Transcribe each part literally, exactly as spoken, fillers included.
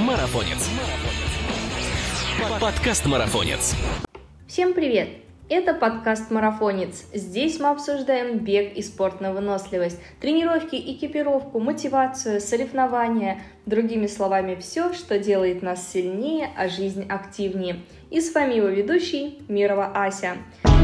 Марафонец. Подкаст «Марафонец». Всем привет! Это подкаст «Марафонец». Здесь мы обсуждаем бег и спорт на выносливость, тренировки, экипировку, мотивацию, соревнования. Другими словами, все, что делает нас сильнее, а жизнь активнее. И с вами его ведущий Мирова Ася.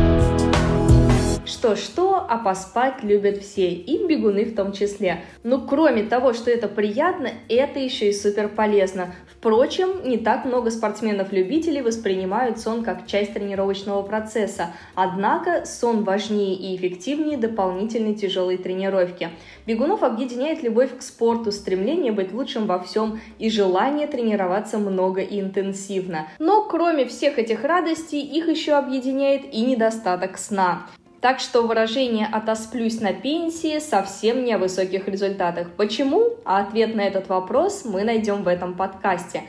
Что-что, а поспать любят все, и бегуны в том числе. Но кроме того, что это приятно, это еще и супер полезно. Впрочем, не так много спортсменов-любителей воспринимают сон как часть тренировочного процесса. Однако сон важнее и эффективнее дополнительной тяжелой тренировки. Бегунов объединяет любовь к спорту, стремление быть лучшим во всем и желание тренироваться много и интенсивно. Но кроме всех этих радостей, их еще объединяет и недостаток сна. Так что выражение «отосплюсь на пенсии» совсем не о высоких результатах. Почему? А ответ на этот вопрос мы найдем в этом подкасте.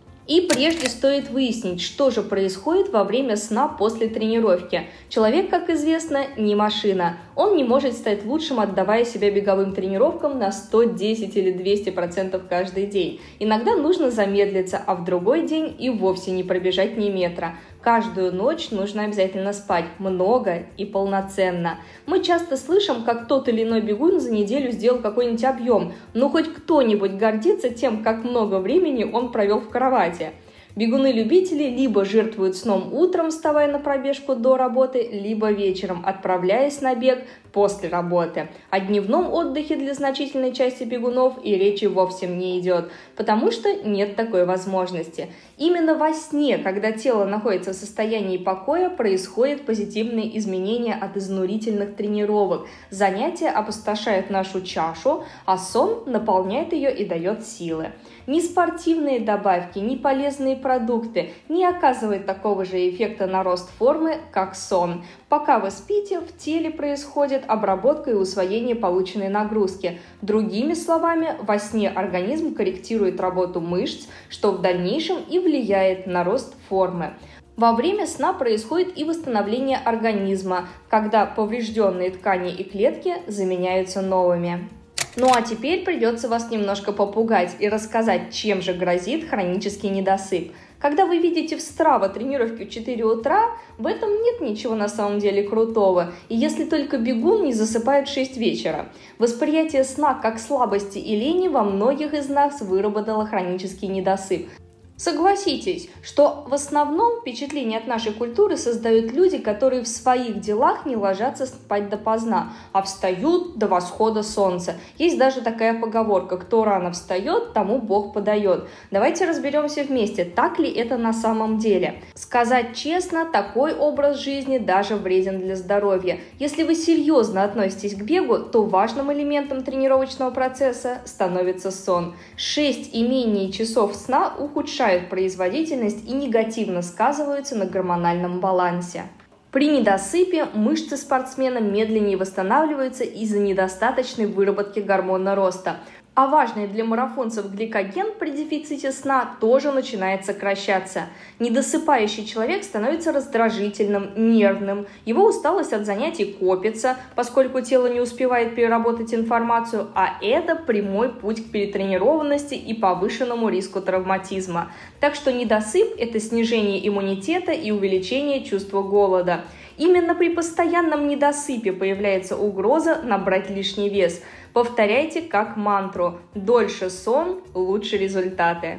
И прежде стоит выяснить, что же происходит во время сна после тренировки. Человек, как известно, не машина. Он не может стать лучшим, отдавая себя беговым тренировкам на сто десять или двести процентов каждый день. Иногда нужно замедлиться, а в другой день и вовсе не пробежать ни метра. Каждую ночь нужно обязательно спать, много и полноценно. Мы часто слышим, как тот или иной бегун за неделю сделал какой-нибудь объем, но хоть кто-нибудь гордится тем, как много времени он провел в кровати. Бегуны-любители либо жертвуют сном утром, вставая на пробежку до работы, либо вечером, отправляясь на бег после работы. О дневном отдыхе для значительной части бегунов и речи вовсе не идет, потому что нет такой возможности. Именно во сне, когда тело находится в состоянии покоя, происходят позитивные изменения от изнурительных тренировок. Занятия опустошают нашу чашу, а сон наполняет ее и дает силы. Ни спортивные добавки, ни полезные продукты не оказывают такого же эффекта на рост формы, как сон. Пока вы спите, в теле происходит обработка и усвоение полученной нагрузки. Другими словами, во сне организм корректирует работу мышц, что в дальнейшем и влияет на рост формы. Во время сна происходит и восстановление организма, когда поврежденные ткани и клетки заменяются новыми. Ну а теперь придется вас немножко попугать и рассказать, чем же грозит хронический недосып. Когда вы видите в Strava тренировки в четыре утра, в этом нет ничего на самом деле крутого, и если только бегун не засыпает в шесть вечера. Восприятие сна как слабости и лени во многих из нас выработало хронический недосып. Согласитесь, что в основном впечатление от нашей культуры создают люди, которые в своих делах не ложатся спать допоздна, а встают до восхода солнца. Есть даже такая поговорка: кто рано встает, тому Бог подает. Давайте разберемся вместе, так ли это на самом деле. Сказать честно, такой образ жизни даже вреден для здоровья. Если вы серьезно относитесь к бегу, то важным элементом тренировочного процесса становится сон. шесть и менее часов сна ухудшают производительность и негативно сказываются на гормональном балансе. При недосыпе мышцы спортсмена медленнее восстанавливаются из-за недостаточной выработки гормона роста. А важный для марафонцев гликоген при дефиците сна тоже начинает сокращаться. Недосыпающий человек становится раздражительным, нервным, его усталость от занятий копится, поскольку тело не успевает переработать информацию, а это прямой путь к перетренированности и повышенному риску травматизма. Так что недосып – это снижение иммунитета и увеличение чувства голода. Именно при постоянном недосыпе появляется угроза набрать лишний вес. Повторяйте как мантру: дольше сон, лучше результаты.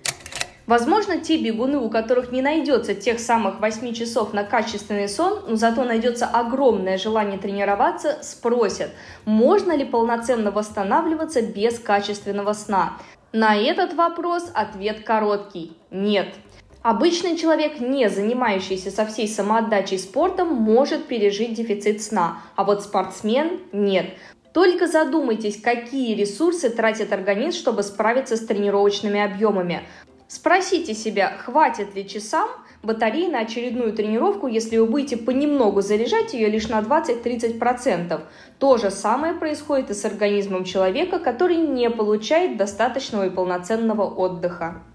Возможно, те бегуны, у которых не найдется тех самых восьми часов на качественный сон, но зато найдется огромное желание тренироваться, спросят, можно ли полноценно восстанавливаться без качественного сна. На этот вопрос ответ короткий – нет. Обычный человек, не занимающийся со всей самоотдачей спортом, может пережить дефицит сна, а вот спортсмен – нет. Только задумайтесь, какие ресурсы тратит организм, чтобы справиться с тренировочными объемами. Спросите себя, хватит ли часам батареи на очередную тренировку, если вы будете понемногу заряжать ее лишь на двадцать-тридцать процентов. То же самое происходит и с организмом человека, который не получает достаточного и полноценного отдыха.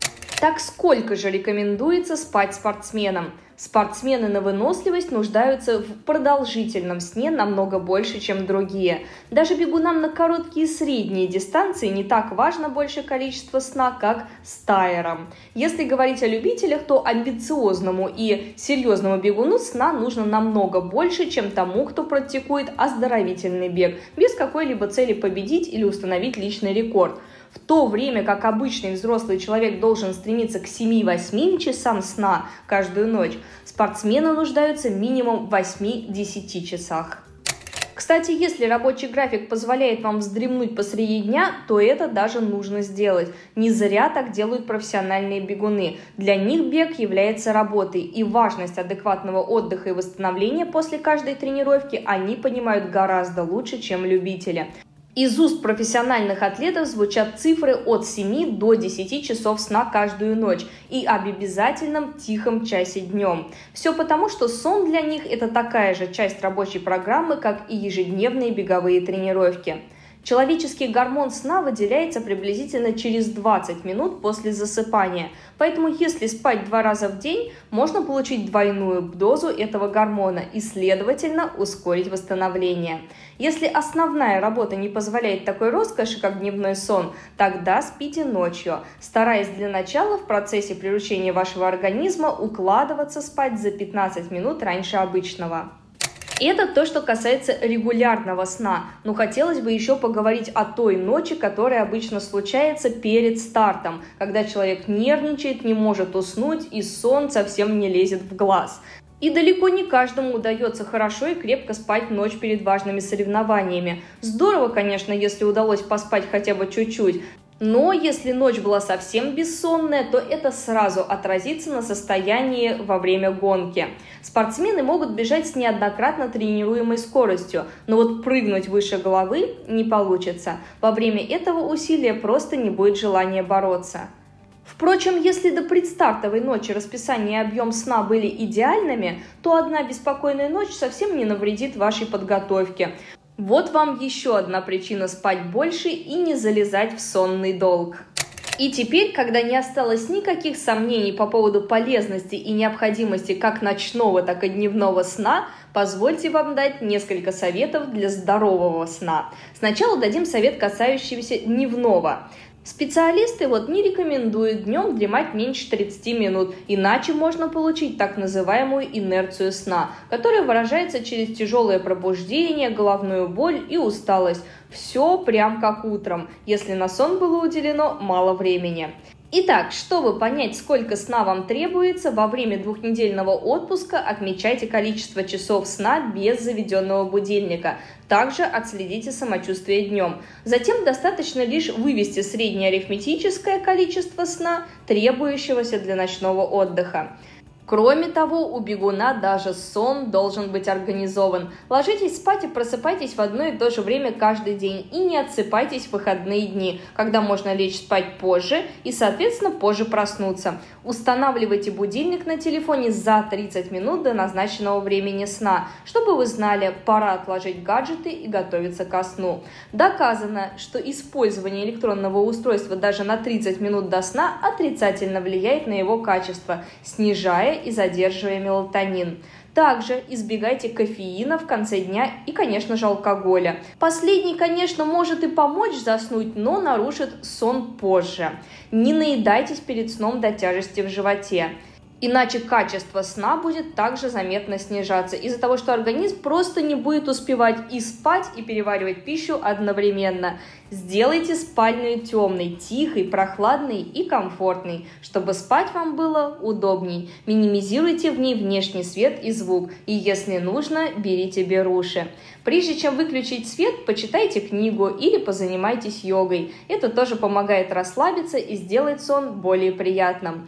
Так сколько же рекомендуется спать спортсменам? Спортсмены на выносливость нуждаются в продолжительном сне намного больше, чем другие. Даже бегунам на короткие и средние дистанции не так важно большее количество сна, как стайерам. Если говорить о любителях, то амбициозному и серьезному бегуну сна нужно намного больше, чем тому, кто практикует оздоровительный бег, без какой-либо цели победить или установить личный рекорд. В то время как обычный взрослый человек должен стремиться к семи-восьми часам сна каждую ночь, спортсмены нуждаются минимум в восьми-десяти часах. Кстати, если рабочий график позволяет вам вздремнуть посреди дня, то это даже нужно сделать. Не зря так делают профессиональные бегуны. Для них бег является работой, и важность адекватного отдыха и восстановления после каждой тренировки они понимают гораздо лучше, чем любители. Из уст профессиональных атлетов звучат цифры от семи до десяти часов сна каждую ночь и об обязательном тихом часе днем. Все потому, что сон для них – это такая же часть рабочей программы, как и ежедневные беговые тренировки. Человеческий гормон сна выделяется приблизительно через двадцать минут после засыпания, поэтому если спать два раза в день, можно получить двойную дозу этого гормона и, следовательно, ускорить восстановление. Если основная работа не позволяет такой роскоши, как дневной сон, тогда спите ночью, стараясь для начала в процессе приручения вашего организма укладываться спать за пятнадцать минут раньше обычного. Это то, что касается регулярного сна, но хотелось бы еще поговорить о той ночи, которая обычно случается перед стартом, когда человек нервничает, не может уснуть и сон совсем не лезет в глаз. И далеко не каждому удается хорошо и крепко спать ночь перед важными соревнованиями. Здорово, конечно, если удалось поспать хотя бы чуть-чуть. Но если ночь была совсем бессонная, то это сразу отразится на состоянии во время гонки. Спортсмены могут бежать с неоднократно тренируемой скоростью, но вот прыгнуть выше головы не получится. Во время этого усилия просто не будет желания бороться. Впрочем, если до предстартовой ночи расписание и объем сна были идеальными, то одна беспокойная ночь совсем не навредит вашей подготовке. Вот вам еще одна причина спать больше и не залезать в сонный долг. И теперь, когда не осталось никаких сомнений по поводу полезности и необходимости как ночного, так и дневного сна, позвольте вам дать несколько советов для здорового сна. Сначала дадим совет, касающийся дневного. Специалисты вот не рекомендуют днем дремать меньше тридцати минут, иначе можно получить так называемую инерцию сна, которая выражается через тяжелое пробуждение, головную боль и усталость. Все прям как утром, если на сон было уделено мало времени. Итак, чтобы понять, сколько сна вам требуется, во время двухнедельного отпуска отмечайте количество часов сна без заведенного будильника. Также отследите самочувствие днем. Затем достаточно лишь вывести среднее арифметическое количество сна, требующегося для ночного отдыха. Кроме того, у бегуна даже сон должен быть организован. Ложитесь спать и просыпайтесь в одно и то же время каждый день и не отсыпайтесь в выходные дни, когда можно лечь спать позже и, соответственно, позже проснуться. Устанавливайте будильник на телефоне за тридцать минут до назначенного времени сна, чтобы вы знали, пора отложить гаджеты и готовиться ко сну. Доказано, что использование электронного устройства даже на тридцать минут до сна отрицательно влияет на его качество, снижая и задерживая мелатонин. Также избегайте кофеина в конце дня и, конечно же, алкоголя. Последний, конечно, может и помочь заснуть, но нарушит сон позже. Не наедайтесь перед сном до тяжести в животе. Иначе качество сна будет также заметно снижаться из-за того, что организм просто не будет успевать и спать, и переваривать пищу одновременно. Сделайте спальню темной, тихой, прохладной и комфортной, чтобы спать вам было удобней. Минимизируйте в ней внешний свет и звук, и если нужно, берите беруши. Прежде чем выключить свет, почитайте книгу или позанимайтесь йогой. Это тоже помогает расслабиться и сделать сон более приятным.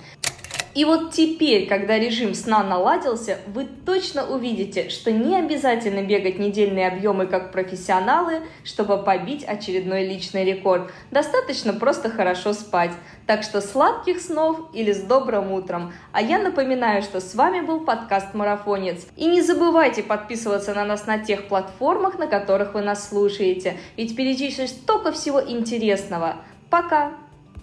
И вот теперь, когда режим сна наладился, вы точно увидите, что не обязательно бегать недельные объемы как профессионалы, чтобы побить очередной личный рекорд. Достаточно просто хорошо спать. Так что сладких снов или с добрым утром. А я напоминаю, что с вами был подкаст «Марафонец». И не забывайте подписываться на нас на тех платформах, на которых вы нас слушаете. Ведь впереди еще столько всего интересного. Пока!